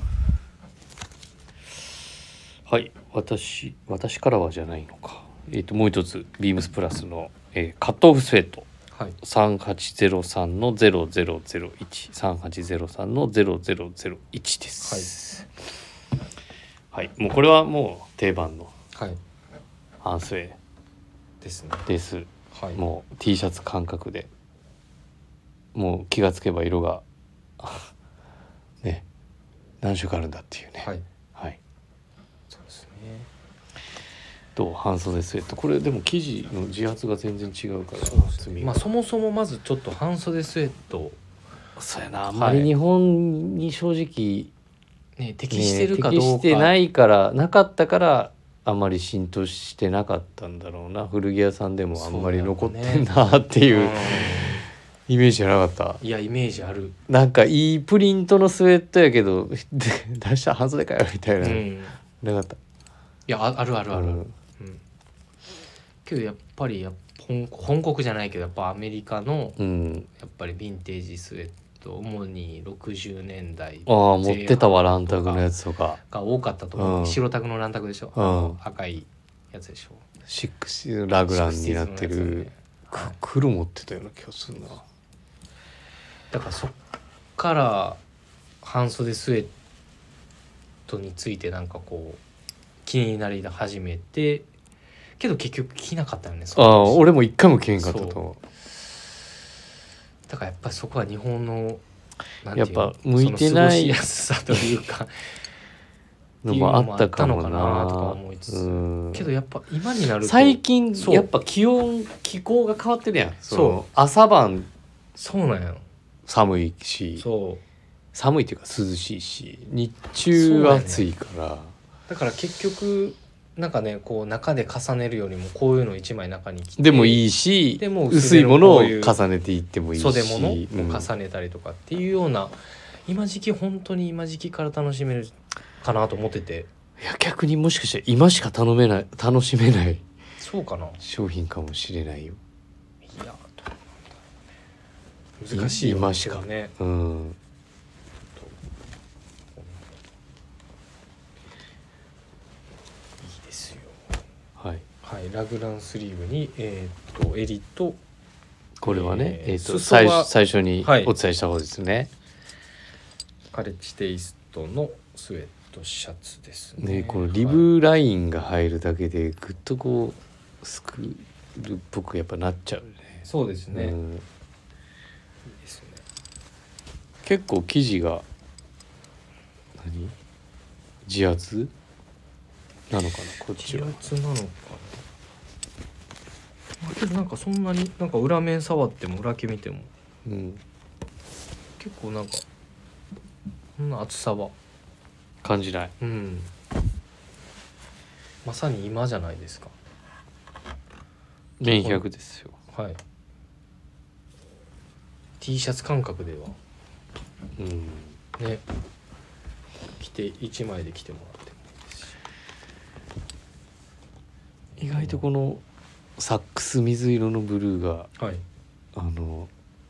はい私私からはじゃないのか。えっ、ともう一つビームスプラスの、えーカットオフスウェット
はい
さんはちゼロさんのゼロゼロゼロいち さんはちゼロさんのゼロゼロゼロいちですはい、はい、もうこれはもう定番の
はい
ハンスウェイ
ですね。
です。
はい
もう T シャツ感覚でもう気がつけば色がね何色あるんだっていうね。
はい
はい
そうですね。
と半袖スウェットこれでも生地の自圧が全然違うから
そうですね。
厚みが
まあそもそもまずちょっと半袖スウェット
そうやなあんまり日本に正直、
ね適してるかどうか、
ね、適してないからなかったからあんまり浸透してなかったんだろうな。古着屋さんでもあんまり残ってんなっていう
うん
イメージじゃなかった。
いやイメージある。
なんかいいプリントのスウェットやけど出したら半袖かよみたいな、
うん、
なかった。
いやああるあるある、
うん
うん、けどやっぱりやっ本本国じゃないけどやっぱアメリカの
うん、
やっぱりヴィンテージスウェット主にろくじゅうねんだい
ああ持ってたわランタグのやつとか
が多かったと思う、
うん
白タグのランタグでしょ、
うん
あの赤いやつでしょ、
シックスラグランになってる、
シックスのやつね
く黒持ってたような気がするな。
だからそっから半袖スウェットについてなんかこう気になり始めてけど結局着なかったよね。
ああ俺も一回も着へんかったと思う。
だからやっぱりそこは日本のなんていうの
やっぱ向いてない
その過ごしやすさというか
のもあったかもな
っていうのもあったのかなとか思いつつ、
うん
けどやっぱ今になると
最近
そう
やっぱ気温気候が変わってるやん。
そう
の朝晩
そうなんや
寒いし
そう
寒いっていうか涼しいし日中暑いから、
だから結局なんかねこう中で重ねるよりもこういうの一枚中に着て
でもいいし
でも
薄いものを
こういう
重ねていってもいいし
袖物を
うん
重ねたりとかっていうような、今時期本当に今時期から楽しめるかなと思ってて。
いや逆にもしかして今しか頼めない楽しめない
そうかな。
商品かもしれないよ。
いや難しいよ
今しか
ね。
うん
いいですよ。
はい
はいラグランスリーブにえー、っと襟と
これはね、
えー
えーと
裾は
最初最初に
はい
お伝えした方ですね。
カレッジテイストのスウェットシャツですね。
ねこのリ
はい
ブラインが入るだけでぐっとこうスクールっぽくやっぱなっちゃうね。
そうですね。いい
うん、
ですね。
結構生地が何自圧なのかなこっち
自
は。
圧なのかな。まあけどなんかそんなになんか裏面触っても裏毛見ても
うん、
結構なんかそんな厚さは
感じない。
うんまさに今じゃないですか。
メンひゃくですよ。
はい T シャツ感覚では
うん
ね着ていちまいで着てもらってもいいですし。
意外とこのサックス水色のブルーが
はい
あの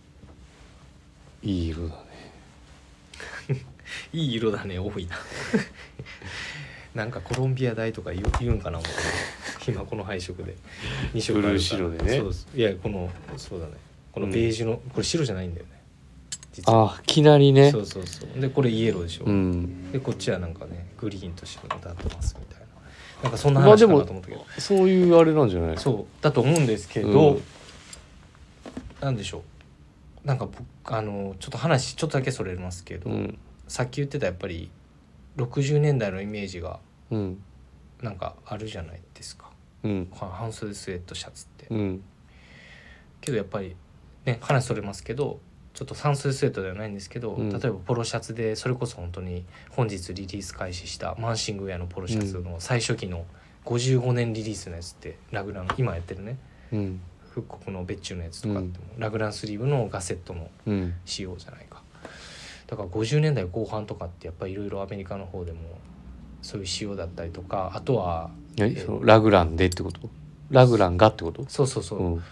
いい色だね。
いい色だね多いななんかコロンビア大とか言う言うんかな思って今この配色でに色あるから
ブルー白でね
そうですいやこのそうだねこのベージュの、これ白じゃないんだよね実は。
あきなりね。
そうそうそうでこれイエローでしょ、
うん
でこっちはなんかねグリーンと白が立ってますみたいななんかそんな話かなと思ったけど、
そういうあれなんじゃない。
そうだと思うんですけど、
うん
なんでしょうなんか僕あのちょっと話ちょっとだけそれますけど、
うん、
さっき言ってたやっぱりろくじゅうねんだいのイメージが
うん
なんかあるじゃないですか、
うん
この半袖スウェットシャツって、
うん
けどやっぱりね話それますけどちょっと半袖スウェットではないんですけど、
うん
例えばポロシャツでそれこそ本当に本日リリース開始したマンシングウェアのポロシャツの最初期のごじゅうごねんリリースのやつってラグラン今やってるね
うん
復刻の別注のやつとかっても、うん、ラグランスリーブのガセットの仕様じゃないか、だからごじゅうねんだいこう半とかってやっぱりいろいろアメリカの方でもそういう仕様だったりとか、あとは
えそのラグランでってこと？ラグランがってこと？
そうそうそう、
うん、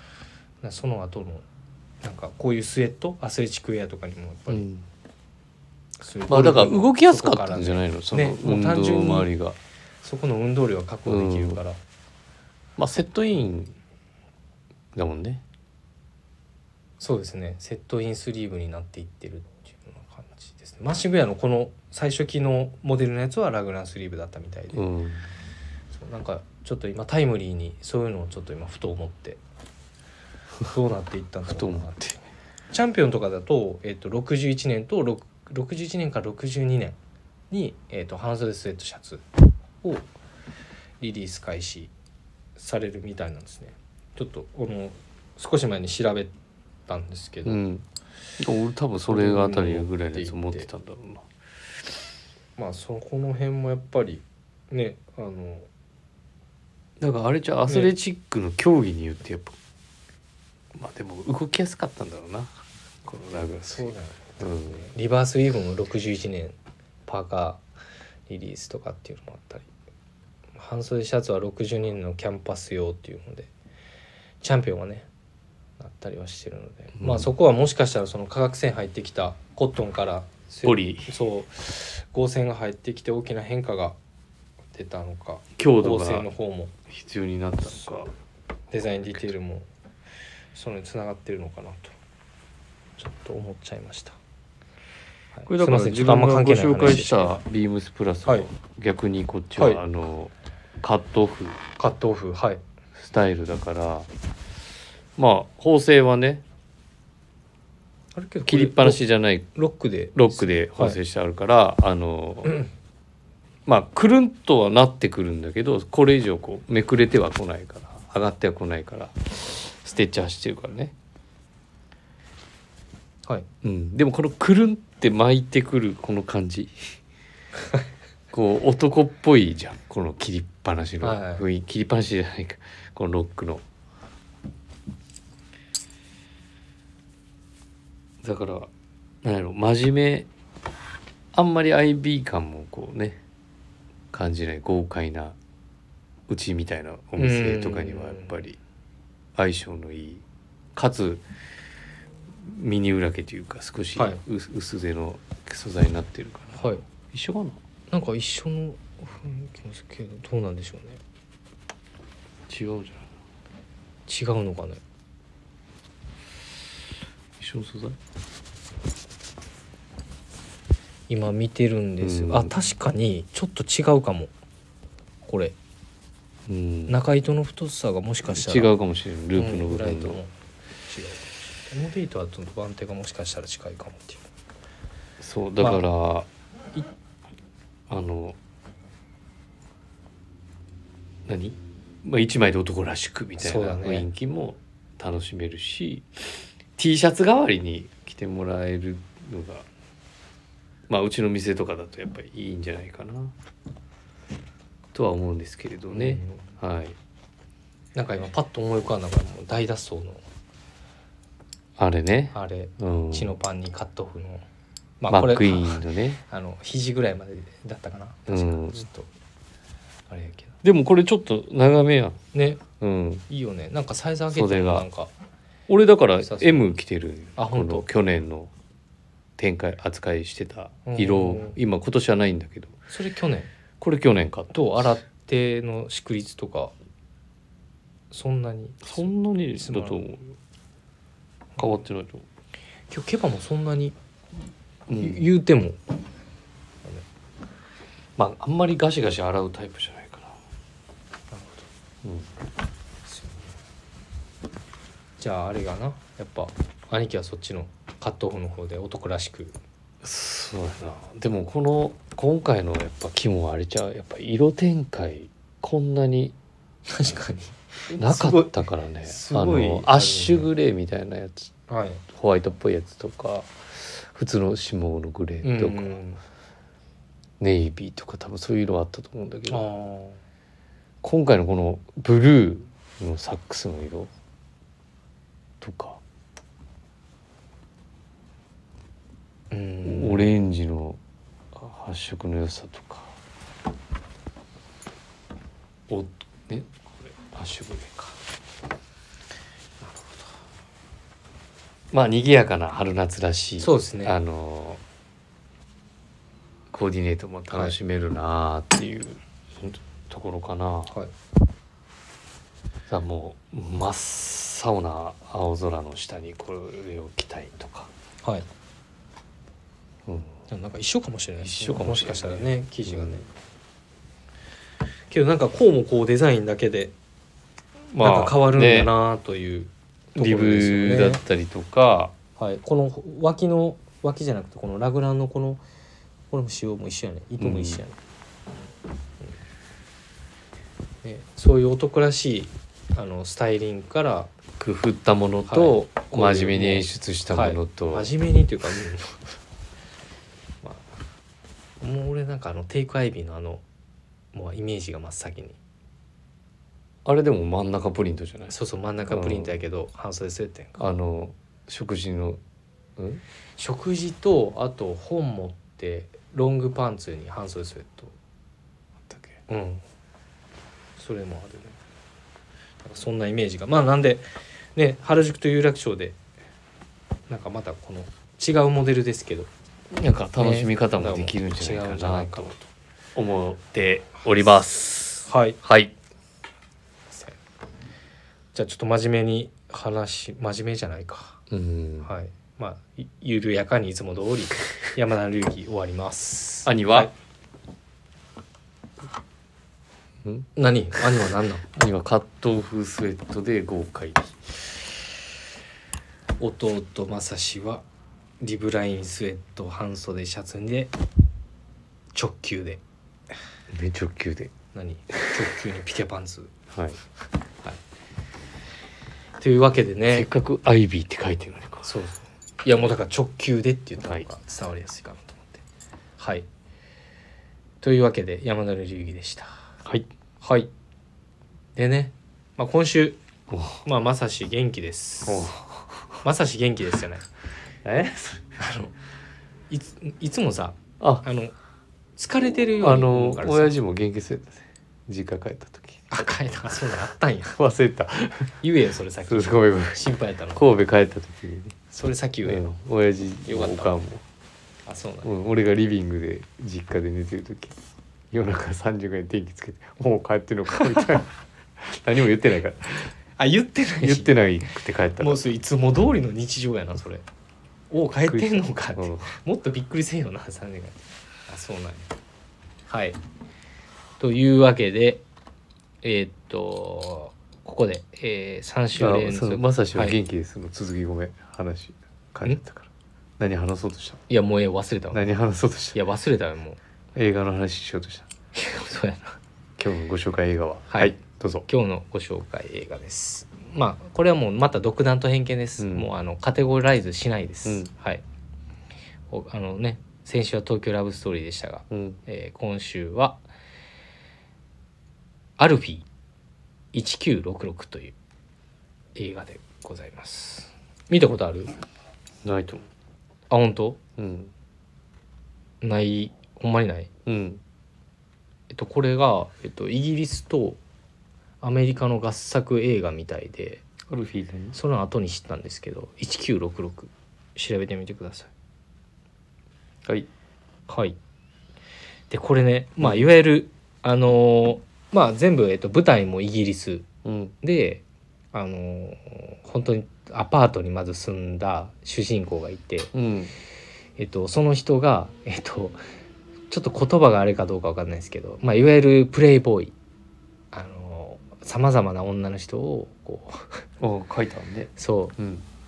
その後のなんかこういうスウェットアスレチックウェアとかにもやっぱり、うん、
そういうまあだから動きやすかったんじゃないの、その運動周りが、
そこの運動量が確保できるから、うん、
まあセットインだもんね。
そうですね、セットインスリーブになっていってるっていうような感じですね。マッシングウェアのこの最初期のモデルのやつはラグランスリーブだったみたいで、うん、そうなんかちょっと今タイムリーにそういうのをちょっと今ふと思ってどうなっていったんだろうなってチャンピオンとかだと、えー、とろくじゅういちねんとろくじゅういちねんからろくじゅうにねんに、えー、と半袖スウェットシャツをリリース開始されるみたいなんですね。ちょっとこの少し前に調べたんですけど、うん、
俺多分それがあたりぐらいのやつ持ってたんだろうな。
まあそこの辺もやっぱりね、あの
だからあれじゃアスレチックの競技によってやっぱ、ね、まあでも動きやすかったんだろうなこのラグランス。
そうだよね、うん、リバースウィーブもろくじゅういちねんパーカーリリースとかっていうのもあったり、半袖シャツはろくじゅうにねんのキャンパス用っていうのでチャンピオンはねなったりはしてるので、うん、まあそこはもしかしたらその化学繊入ってきたコットンから
ポリ
そう合成が入ってきて大きな変化が出たのか、
強度が
合成の方も
必要になったのか、
デザインディテールもそのにつながってるのかなとちょっと思っちゃいました。はい、
これだから自分がご紹介したビームスプラスは逆にこっちは、はい、あのカットオフ
カットオフはい
スタイルだから、まあ縫製はねあれけど切りっぱなしじゃない
ロックで
ロックで縫製してあるから、はい、あの、うん、まあくるんとはなってくるんだけどこれ以上こうめくれてはこないから上がってはこないからステッチ走ってるからね。
はい、
うん、でもこのくるんって巻いてくるこの感じこう男っぽいじゃんこの切りっぱなしの雰囲気、はい、切りっぱなしじゃないかこのロックのだからなんやろ真面目あんまり アイビー 感もこうね感じない豪快なうちみたいなお店とかにはやっぱり相性のいいかつミニ裏毛というか少し薄手の素材になってるから、はい、一緒かな
なんか一緒の雰囲気ですけどどうなんでしょうね。
違うじ
ゃない違うのかね
一緒の素材
今見てるんです、うん、あ確かにちょっと違うかもこれ、うん、中糸の太さがもしかしたら
違うかもしれないループの部分と、うん、違う
エモディートはちょっと番手がもしかしたら近いかもっていう。
そうだから、まあ、あの何、まあ、一枚で男らしくみたいな雰囲気も楽しめるし、ね、T シャツ代わりに着てもらえるのがまあうちの店とかだとやっぱりいいんじゃないかなとは思うんですけれどね、うん、はい。
なんか今パッと思い浮かんだのがもう大脱走の
あれね
あれ、うん、チノパンにカットオフの、
まあ、マックイーンのね
あの肘ぐらいまでだったかな確か、うん、ちょっとあれやけど
でもこれちょっと長めやん
ね、
うん、
いいよね。なんかサイズ上げてもなんか
俺だから エム 着てる。
あ
この去年の展開扱いしてた色今今年はないんだけど
それ去年
これ去年買った。
どう洗っての縮率とかそんなに
そんなにだと思うよ。変わってないと思う。
今日ケバもそんなに、うん、言うても
まああんまりガシガシ洗うタイプじゃないかな。なるほど、うん、
じゃああれがなやっぱ兄貴はそっちのカットオフの方で男らしく。
そうやな。でもこの今回のやっぱ肝はあれちゃう、やっぱ色展開こんなに
確かに
なかったからね。あ
すごい
のアッシュグレーみたいなやつ、
はい、
ホワイトっぽいやつとか普通の下のグレーとか、
うんうん、
ネイビーとか多分そういう色あったと思うんだけど、
あ
今回のこのブルーのサックスの色とか、
うん、
オレンジの発色の良さとか、おねこれハッシュグレーか。なるほど。まあ賑やかな春夏らしい、
そうですね、
あのコーディネートも楽しめるなっていう、はい、ところかな。はい。さあもう真っ青な青空の下にこれを着たいとか。はい。うん、
なんか一緒かもしれないですね。
一緒かもしれない、
もしかしたらね、生地がね、うん、けどなんかこうもこうデザインだけでなんか変わるんだなというところですよね。
リブだったりとか、
はい、この脇の脇じゃなくてこのラグランのこのこれも仕様も一緒やね、糸も一緒やね、うんうん、ね、そういう男らしいあのスタイリングから
工夫ったものと、はい、真面目に演出したものと、
はい、真面目にっていうか、まあ、もう俺なんかあのテイクアイビーのあのもうイメージが真っ先に、
あれでも真ん中プリントじゃない？
そうそう、真ん中プリントやけど半袖スウェットやんか。
あの食事の、ん？
食事とあと本持ってロングパンツに半袖スウェット
あったっけ？
うん、それもあるね。なんかそんなイメージが、まあなんでね、原宿と有楽町でなんかまたこの違うモデルですけど、
なんか楽しみ方もできるんじゃないかなと思っております。
はい
はい。
じゃあちょっと真面目に話、真面目じゃないか、
うん、
はい、まあ緩やかにいつも通り山田流儀終わります。
兄は、はい、
ん何？兄は何なの？
兄はカットオフスウェットで豪快。
弟正志はリブラインスウェット半袖シャツで直球で。
ね、直球で
何？直球にピケパンツ。
はい、はい、
というわけでね、
せっかくアイビーって書いてるのにか。
そうそう、いやもうだから直球でって言った方が伝わりやすいかなと思って、はい、はい、というわけで山田の流儀でした。
はい
はい。でね、まあ、今週まあまさし元気です。まさし元気ですじゃない。
え？
あの い, ついつもさ、
あ
あの疲れてるように思うからさ。
あの親父も元気そうやったね。実家帰った時。
あ、帰った。そうなのあったんや。
忘れた。
言えよそれさっき。
そうごめんごめん。
心配やったの。
神戸帰った時に、ね。
それさっき言えよ。
うん、親父もおかんも。
あ、そうなの、
うん、俺がリビングで実家で寝てる時、夜中さんじぐらいに電気つけて、もう帰ってるのかみたいな。何も言ってないから。
あ、言ってない。
言ってないくて帰った。
もうそれいつも通りの日常やなそれ。おう帰ってんのかって、うん、もっとびっくりせんよなさんじぐらい。あ、そうなんや。はい。というわけで、えー、っとここで、えー、さん週連続。
まさしは元気ですの、はい、続きごめん話書いてたから。何話そうとした？
いやもうえー、忘れたわ。
何話そうとした？
いや忘れたよもう。
映画の話しようとした。
そうやな。
今日のご紹介映画は、
はい、はい、どうぞ。今日のご紹介映画です。まあこれはもうまた独断と偏見です、うん、もうあのカテゴライズしないです、うん、はい。あのね、先週は東京ラブストーリーでしたが、うん、えー、今週はアルフィーいちきゅうろくろくという映画でございます。見たことある？
ないと思う。
あ、本当？
うん。
ない、ほんまにない？
うん。
えっとこれが、えっと、イギリスとアメリカの合作映画みたいで、
アルフィー何？
その後に知ったんですけど、いちきゅうろくろく調べてみてください。
はい
はい。でこれね、まあいわゆるあのー、まあ全部、えっと、舞台もイギリスで、うん、あのー、本当にアパートにまず住んだ主人公がいて、
うん、
えっとその人がえっとちょっと言葉があれかどうかわかんないですけど、まあいわゆるプレイボーイ、あのさまざまな女の人をこ
う書いたんで、
そう、
うん、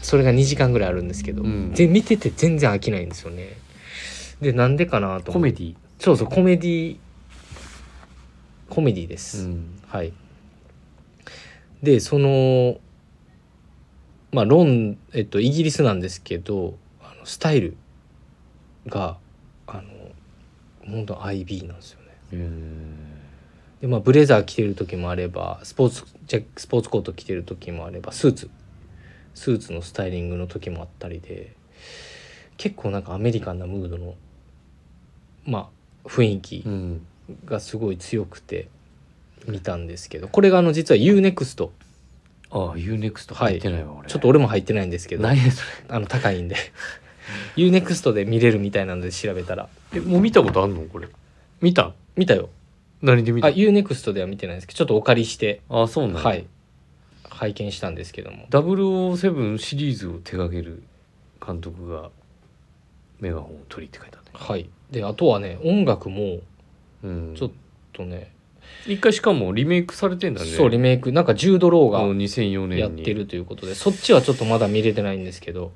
それがにじかんぐらいあるんですけど、
うん、
で見てて全然飽きないんですよね。でなんでかなと思って。
コメディ
そうそうコメディコメディです、
うん、
はい。でそのまあロン、えっと、イギリスなんですけど、あのスタイルがあの本当 アイビー なんですよね。で、まあ、ブレザー着てる時もあればスポーツジャスポーツコート着てる時もあればスーツスーツのスタイリングの時もあったりで、結構なんかアメリカンなムードのまあ雰囲気がすごい強くて見たんですけど、これがあの実は ユーネクスト、
ああ ユーネクスト入ってないわ、はい、俺
ちょっと俺も入ってないんですけど、
何やそれ
あの高いんでユーネクストで見れるみたいなので調べたら。
えもう見たことあんのこれ。見た
見たよ。
何で見た？
あ ユーネクストでは見てないですけど、ちょっとお借りして、
あそうなんだ、
はい、拝見したんですけども、
ダブルオーセブンシリーズを手掛ける監督がメガホンを取りって書いてあるね。
はい。であとはね音楽もちょっとね、
うん、一回しかもリメイクされてんだね。
そうリメイクなんかジュード・ローが
にせんよねんに
やってるということで、そっちはちょっとまだ見れてないんですけど、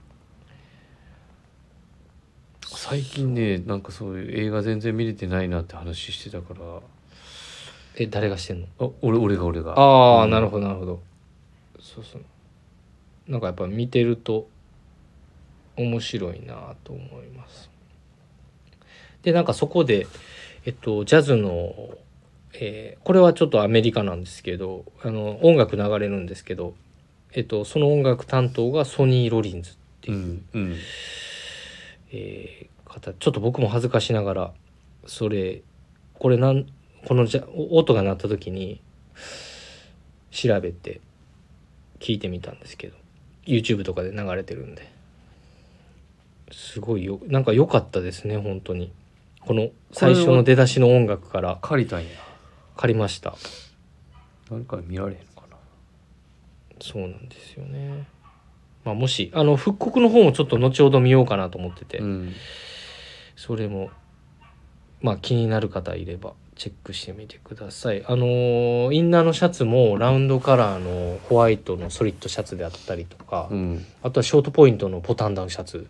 最近ねなんかそういう映画全然見れてないなって話してたから。
え誰がしてんの？
あ俺俺が俺が
ああ、
うん、
なるほどなるほど。そうそう、なんかやっぱ見てると面白いなと思います。でなんかそこでえっとジャズの、えー、これはちょっとアメリカなんですけど、あの音楽流れるんですけど、えっとその音楽担当がソニー・ロリンズっていう、
うんうん
えー、方、ちょっと僕も恥ずかしながらそれこれなんこのじゃ音が鳴った時に調べて聞いてみたんですけど、 YouTube とかで流れてるんですごいよなんか良かったですね本当に。この最初の出だしの音楽から
借りたんや。
借りました。
誰か見られへんのかな。
そうなんですよね。まあもしあの復刻の方もちょっと後ほど見ようかなと思ってて、
うん、
それもまあ気になる方いればチェックしてみてください。あのー、インナーのシャツもラウンドカラーのホワイトのソリッドシャツであったりとか、
うん、
あとはショートポイントのボタンダウンシャツ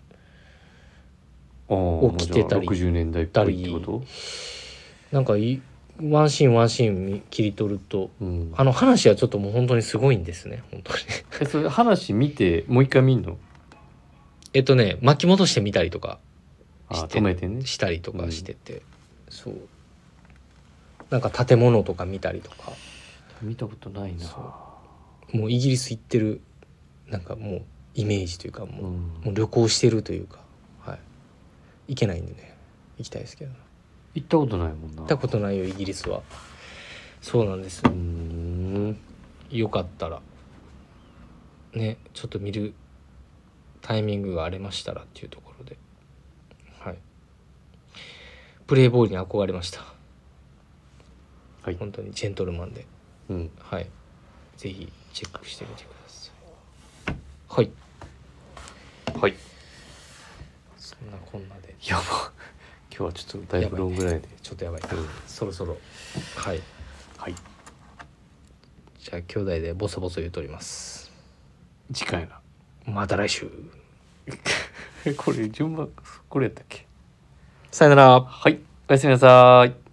を着てたり、
ろくじゅうねんだいっぽいってこと？
なんかいワンシーンワンシーン切り取ると、うん、あの話はちょっともう本当にすごいんですね本当に
えそれ話見てもう一回見んの？
えっとね巻き戻してみたりとかして
あ止めてね
したりとかしてて、うん、そうなんか建物とか見たりとか。
見たことないな。
もうイギリス行ってるなんかもうイメージというかもう、うん、もう旅行してるというか、はい、行けないんでね行きたいですけど。
行ったことないもんな。
行ったことないよイギリスは。そうなんです。うーんよかったらねちょっと見るタイミングがありましたらっていうところで、はい、プレイボーイに憧れました。はい、本当にジェントルマンで、うん、はい、ぜひチェックしてみてください。はい
はい
そんなこんなで
やば今日はちょっとだいぶロンぐらいで、ね、
ちょっとやばい、うん、そろそろはい
はい
じゃあ兄弟でボソボソ言うとります。
次回な
また来週
これ順番これやったっけ。
さよなら。
はいおやすみなさい。